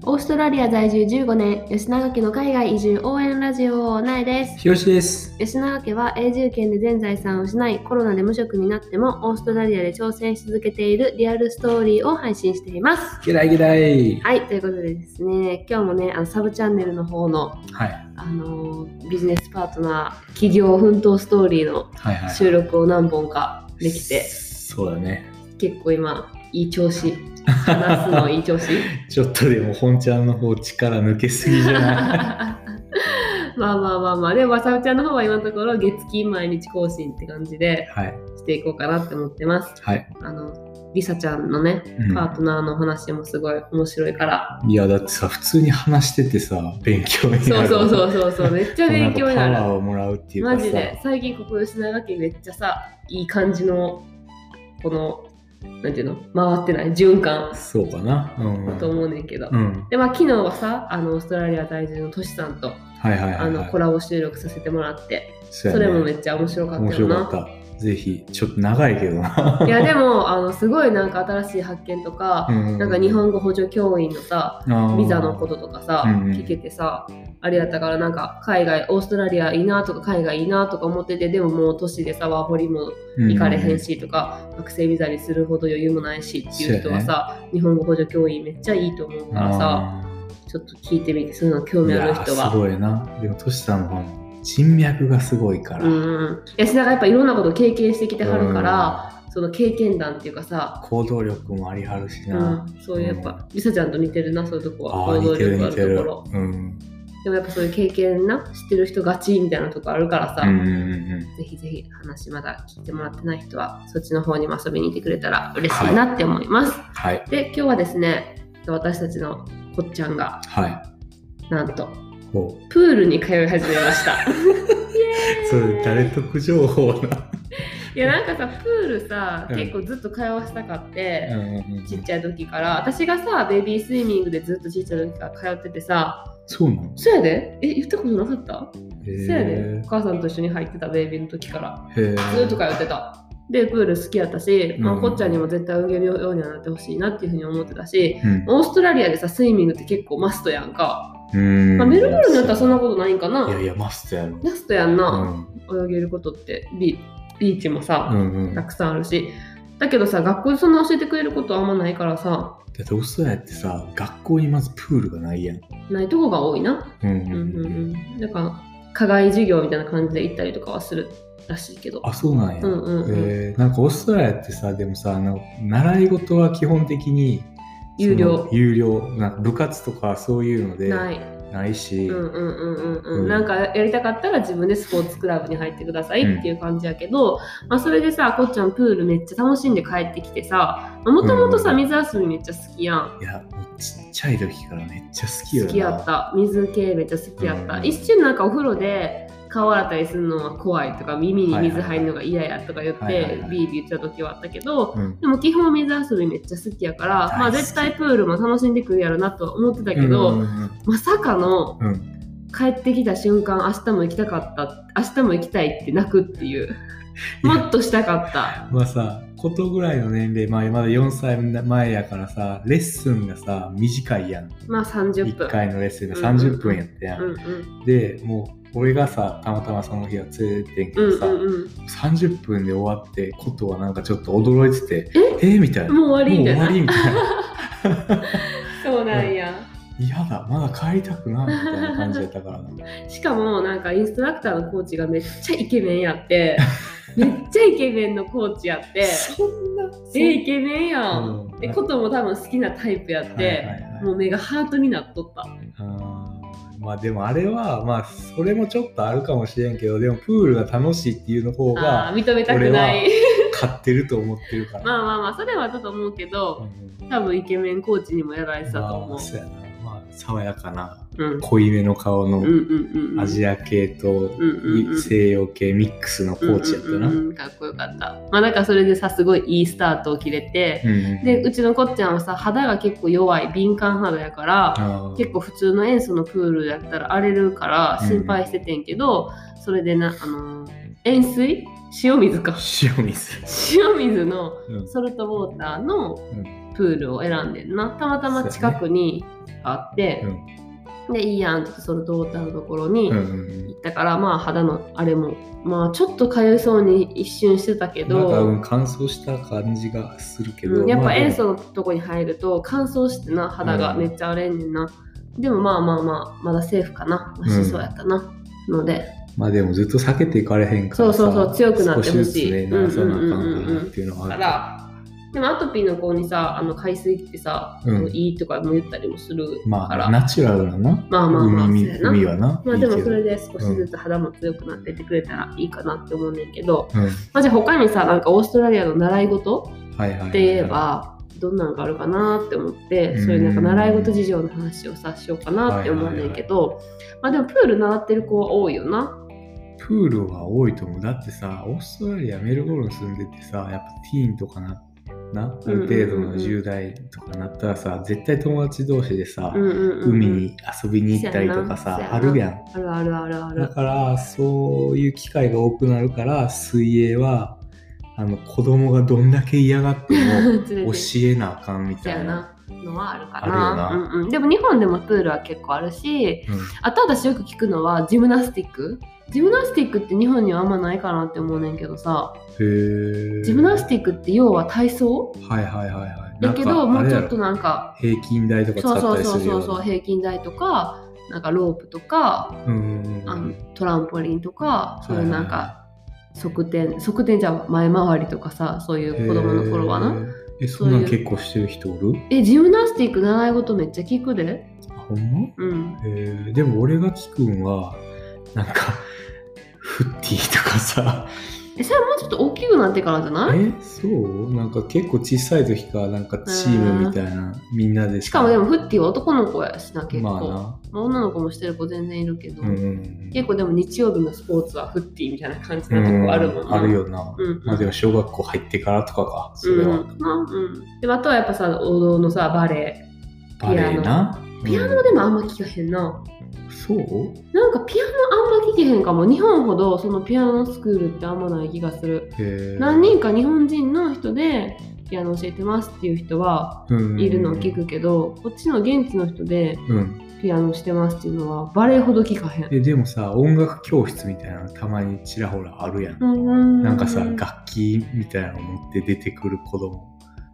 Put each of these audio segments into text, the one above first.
オーストラリア在住15年、吉永家の海外移住応援ラジオ、なえです。 ひろしです。 吉永家は永住権で全財産を失い、コロナで無職になってもオーストラリアで挑戦し続けているリアルストーリーを配信しています。 ゲライゲライ。 はい、ということでですね、今日もね、サブチャンネルの方の、ビジネスパートナー企業奮闘ストーリーの収録を何本かできて、 そうだね。 結構今いい調子。話すのいい調子ちょっとでも本ちゃんの方力抜けすぎじゃないまあでもわさおちゃんの方は今のところ月金毎日更新って感じでしていこうかなって思ってます。 はい。 りさちゃんのね、パートナーの話もすごい面白いから。 いやだってさ、普通に話しててさ、勉強になる。 そうめっちゃ勉強になる。 パワーをもらうっていうかさ、 マジで最近ここ吉永家めっちゃさ、いい感じのこのなんていうの回ってない循環そうかな、 と思うねんけど、で昨日はさオーストラリア在住のトシさんとコラボ収録させてもらって、それもめっちゃ面白かったよな。 面白かった。ぜひちょっと長いけどないやでもすごいなんか新しい発見とか、なんか日本語補助教員のさビザのこととかさ、聞けてさ、あれやったから、なんか海外オーストラリアいいなとか海外いいなとか思ってて、でももう都市でさワーホリも行かれへんしとか、学生ビザにするほど余裕もないしっていう人はさ、日本語補助教員めっちゃいいと思うからさ、ちょっと聞いてみて、そういうの興味ある人は。 すごいな。でもトシさんの人脈がすごいから、 吉永やっぱいろんなこと経験してきてはるから、その経験談っていうかさ、 行動力もありはるしな、 そういうやっぱりさちゃんと似てるな、そういうとこは。行動力あるところ。でもやっぱそういう経験な、知ってる人勝ちみたいなとこあるからさ、ぜひぜひ話まだ聞いてもらってない人はそっちの方にも遊びに行ってくれたら嬉しいなって思います。で、今日はですね、私たちのこっちゃんが、なんとプールに通い始めました。 それ誰得情報な。 いやなんかさ、プールさ、結構ずっと通わせたかって、ちっちゃい時から。私がさ、ベビースイミングでずっとちっちゃい時から通っててさ。 そうなの？ そうやで？言ったことなかった？そうやで。お母さんと一緒に入ってた、ベイビーの時からずっと通ってた。でプール好きやったし、こっちゃんにも絶対泳げるようにはなってほしいなっていうふうに思ってたし、オーストラリアでさスイミングって結構マストやんか。メルボルンになったらそんなことないんかな。 いやマストやろ。 マストやんな、泳げることってビーチもさ、たくさんあるし。だけどさ、学校でそんな教えてくれることはあんまないからさ。 だってオーストラリアってさ、学校にまずプールがないやん。 ないとこが多いな。だから課外授業みたいな感じで行ったりとかはするらしいけど。 あ、そうなんや。なんかオーストラリアってさ、でもさ、習い事は基本的に有料なんか部活とかそういうのでないし、 なんかやりたかったら自分でスポーツクラブに入ってくださいっていう感じやけど、それでさ、こっちゃんプールめっちゃ楽しんで帰ってきてさ、もともとさ、水遊びめっちゃ好きやん。 いや、もうちっちゃい時からめっちゃ好きよな。 好きやった。水系めっちゃ好きやった。一瞬なんかお風呂で顔洗ったりするのは怖いとか、耳に水入るのが嫌やとか言ってビービー言ってた時はあったけど、でも基本水遊びめっちゃ好きやから、絶対プールも楽しんでくるやろなと思ってたけど、まさかの帰ってきた瞬間、明日も行きたかった、明日も行きたいって泣くっていう。もっとしたかった。 さ、ことぐらいの年齢、まだ4歳前やからさ、レッスンがさ、短いやん。 30分。 1回のレッスンが30分やったやん。で、もう、俺がさ、たまたまその日は連れてってんけどさ、30分で終わってことはなんかちょっと驚いてて、みたいな。 もう終わりみたいな。 もう終わりみたいな。 そうなんや。 嫌だ、まだ帰りたくないみたいな感じやったからな。 しかもなんかインストラクターのコーチがめっちゃイケメンやってめっちゃイケメンのコーチやってそんなイケメンやん。ことも多分好きなタイプやって、もう目がハートになっとった。 でもあれはそれもちょっとあるかもしれんけど、でもプールが楽しいっていうの方が認めたくない買ってると思ってるから。 それはちょっと思うけど、多分イケメンコーチにもやられてたと思う。 そうやな。爽やかな、濃いめの顔のアジア系と西洋系ミックスのコーチやったな。 かっこよかった。だからそれでさ、すごいいいスタートを切れて、でうちのこっちゃんはさ、肌が結構弱い敏感肌やから、結構普通の塩素のプールやったら荒れるから心配しててんけど、それでな、塩水のソルトウォーターのプールを選んでんな。たまたま近くにあって、でいいやんってそのトータルのところに行ったから、まあ肌のあれもまあちょっとかゆいそうに一瞬してたけど、 なんか乾燥した感じがするけど、 やっぱ塩素のとこに入ると乾燥してな、肌がめっちゃ荒れんねんな。でもまだセーフかな、ましそうやったな、ので。 まあでもずっと避けていかれへんからさ、 そう強くなってほしい。 少しずつね、直さなあかんかなっていうのはあるから。 でもアトピーの子にさ、海水着ってさ、いいとかも言ったりもするから。 まあナチュラルなな。 まあ海はな。 まあでもそれで少しずつ肌も強くなってってくれたらいいかなって思うねんけど、まあじゃあ他にさ、なんかオーストラリアの習い事って言えば、どんなのがあるかなって思って、そういうなんか習い事事情の話をさしようかなって思うねんけど、まあでもプール習ってる子は多いよな。 プールは多いと思う。だってさ、オーストラリアメルボルン住んでてさ、やっぱティーンとかなある程度の10代とかなったらさ、絶対友達同士でさ、海に遊びに行ったりとかさ、あるやん。 ある。 だからそういう機会が多くなるから、水泳は子供がどんだけ嫌がっても教えなあかんみたいなのはあるかな。でも日本でもプールは結構あるし、あと私よく聞くのはジムナスティック。ジムナスティックって日本にはあんまないかなって思うねんけどさ。ジムナスティックって要は体操？ はい。 だけどもうちょっとなんか平均台とか使ったりするような。 そう平均台とかなんかロープとかトランポリンとかそういうなんか側転じゃ前回りとかさ、そういう子供の頃はな。 そんなん結構してる人おる？ ジムナスティック習い事めっちゃ聞くで。 ほんま？でも俺が聞くんはなんかフッティーとかさ。 それはもうちょっと大きくなってからじゃない？ そうなんか結構小さい時からなんかチームみたいなみんなでしかもでもフッティは男の子やしな結構、 まあ女の子もしてる子全然いるけど、結構でも日曜日のスポーツはフッティみたいな感じのとこあるもんな。 あるよな、まあでも小学校入ってからとかかそれは、 でもあとはやっぱさ王道のさバレエピアノでもあんま聞かへんな。 そうなんかピアノあんま聞けへんかも。日本ほどそのピアノスクールってあんまない気がする。何人か日本人の人でピアノ教えてますっていう人はいるのを聞くけど、こっちの現地の人でピアノしてますっていうのはバレエほど聞かへん。 でもさ音楽教室みたいなのたまにちらほらあるやん。なんかさ楽器みたいなの持って出てくる子供。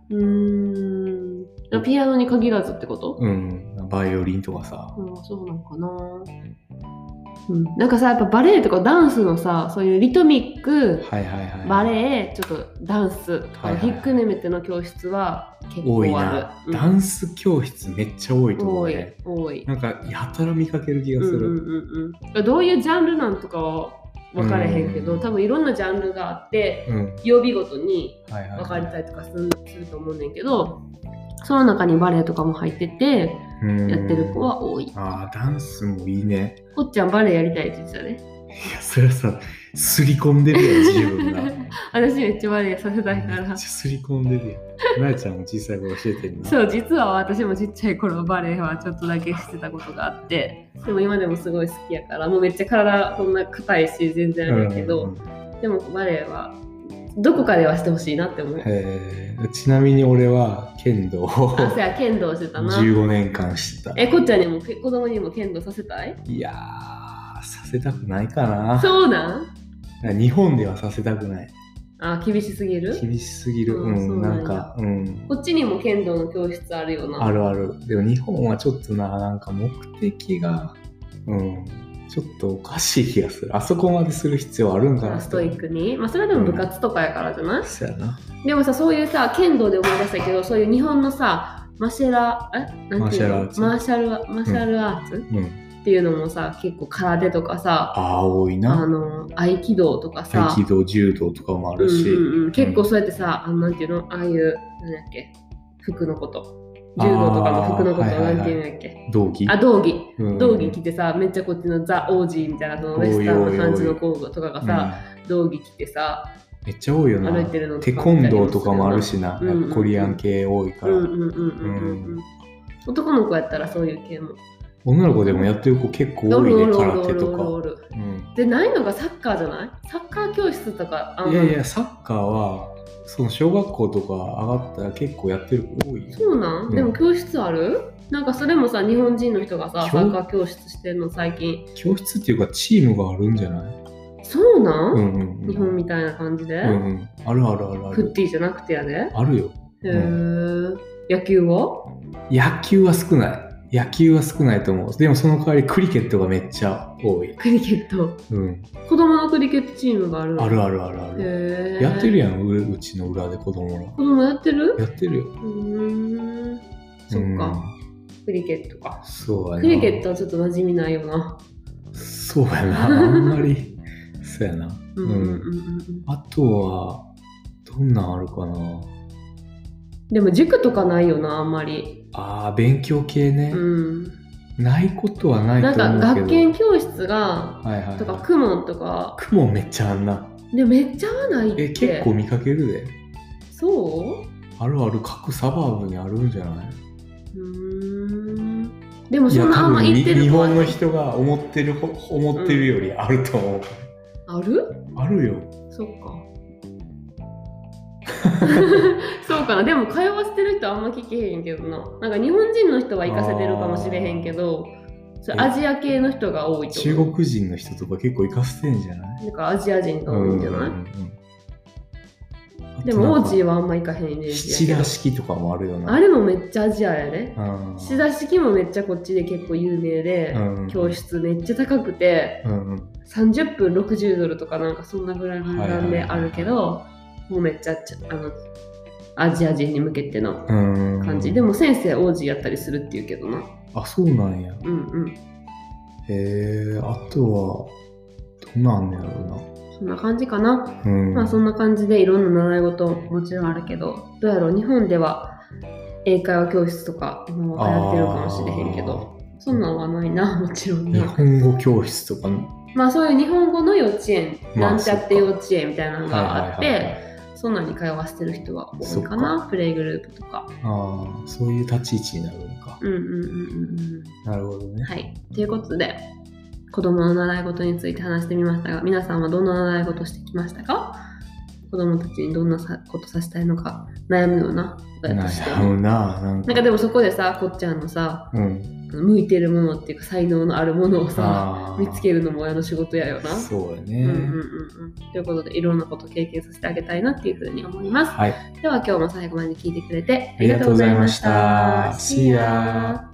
ピアノに限らずってこと？ バイオリンとかさ。 そうなのかな。なんかさやっぱバレエとかダンスのさそういうリトミック、バレエちょっとダンスとかひっくるめての教室は結構ある。多いな、 ダンス教室めっちゃ多いと思うね。 多い。 なんかやたら見かける気がする。 どういうジャンルなんとかは分かれへんけど、多分いろんなジャンルがあって、曜日ごとに分かれたりとかすると思うねんけど、その中にバレエとかも入っててやってる子は多い。 ダンスもいいね。 こっちゃんバレエやりたいって言ってたね。 いやそれはさすり込んでるやん自分が。 私めっちゃバレエさせたいから。 めっちゃすり込んでるやん。なやちゃんも小さい頃教えてるな。 そう実は私もちっちゃい頃バレエはちょっとだけしてたことがあって、でも今でもすごい好きやからもうめっちゃ体そんな硬いし全然あるけど、でもバレエはどこかではしてほしいなって思う。 ちなみに俺は剣道をそうや剣道してたな。 15年間してた。 こっちゃんにも子供にも剣道させたい？ いやさせたくないかな。 そうなん？ 日本ではさせたくない。 厳しすぎる？ 厳しすぎる。なんかこっちにも剣道の教室あるよな。 ある。でも日本はちょっとなんか目的がちょっとおかしい気がする。あそこまでする必要あるんかな。 ストイックに。それはでも部活とかやからじゃない？ そうやな。 でもさそういうさ剣道で思い出したけど、そういう日本のさマーシャルアーツっていうのもさ結構空手とかさ多いな。 合気道とかさ合気道柔道とかもあるし、 結構そうやってさなんていうのああいうなんだっけ服のこと柔道とかの服のことなんていうんだっけ、 道着道着着てさめっちゃこっちのザ・オージーみたいなそのウェスタンな感じの子とかがさ道着着てさめっちゃ多いよな。テコンドーとかもあるしな、コリアン系多いから。 男の子やったらそういう系も。 女の子でもやってる子結構多いね、空手とか。 でないのがサッカーじゃない？サッカー教室とか。 いやサッカーはその小学校とか上がったら結構やってる子多いよ。 そうなん、でも教室ある？なんかそれもさ、日本人の人がさ、サッカー教室してるの最近。 教室っていうかチームがあるんじゃない？ そうなん、 うんうんうん、 日本みたいな感じで、 うんうん、あるあるあるある。 フッティじゃなくてやで。 あるよ。 へー、野球は？ 野球は少ない。野球は少ないと思う。でもその代わりクリケットがめっちゃ多い。 クリケット。 うん。 子供のクリケットチームがあるの？ あるあるあるある。 へー。 やってるやん、うちの裏で子供ら。 子供やってる？ やってるよ。 そっか。クリケットか。 そうやな。 クリケットはちょっと馴染みないよな。 そうやな。あんまり。そうやな。あとは、どんなんあるかな。 でも塾とかないよな、あんまり。 ああ、勉強系ね。ないことはないと思うけど。 なんか学研教室が、 はいはい、 とか、クモンとか。 クモンめっちゃあんな。 で、めっちゃはないって。 結構見かけるで。 そう？ あるある、各サバーブにあるんじゃない？ でもそんなあんま言ってる子は日本の人が思ってるよりあると思う。 ある？ あるよ。 そっか。そうかな。でも通わせてる人あんま聞けへんけどな。なんか日本人の人は行かせてるかもしれへんけど、それアジア系の人が多いと思う。 中国人の人とか結構行かせてんじゃない？ なんかアジア人が多いんじゃない？でもオーチーはあんま行かへんイメージやけど。 七田式とかもあるよな。 あれもめっちゃアジアやね。七田式もめっちゃこっちで結構有名で、教室めっちゃ高くて、30分60ドルとかなんかそんなぐらいの値段であるけど、もうめっちゃアジア人に向けての感じ。でも先生オージーやったりするっていうけどな。 あ、そうなんや。へえ、あとはどんなんあんねやろうな。 そんな感じかな。まあそんな感じでいろんな習い事もちろんあるけど、どうやろう、日本では英会話教室とか今は流行ってるかもしれへんけど、そんなんはないな、もちろんな。 日本語教室とか、 まあそういう日本語の幼稚園、なんちゃって幼稚園みたいなのがあって、そんなに通わせてる人は多いかな、プレイグループとか。 ああ、そういう立ち位置になるのか。なるほどね。 はい。ということで、子供の習い事について話してみましたが、皆さんはどんな習い事してきましたか？子供たちにどんなことさせたいのか悩むようなことやとして。 悩むな。なんかでもそこでさ、こっちゃんのさ、向いてるものっていうか才能のあるものをさ、見つけるのも親の仕事やよな。 そうやね。 ということで、いろんなことを経験させてあげたいなっていうふうに思います。では今日も最後まで聞いてくれてありがとうございました。See ya!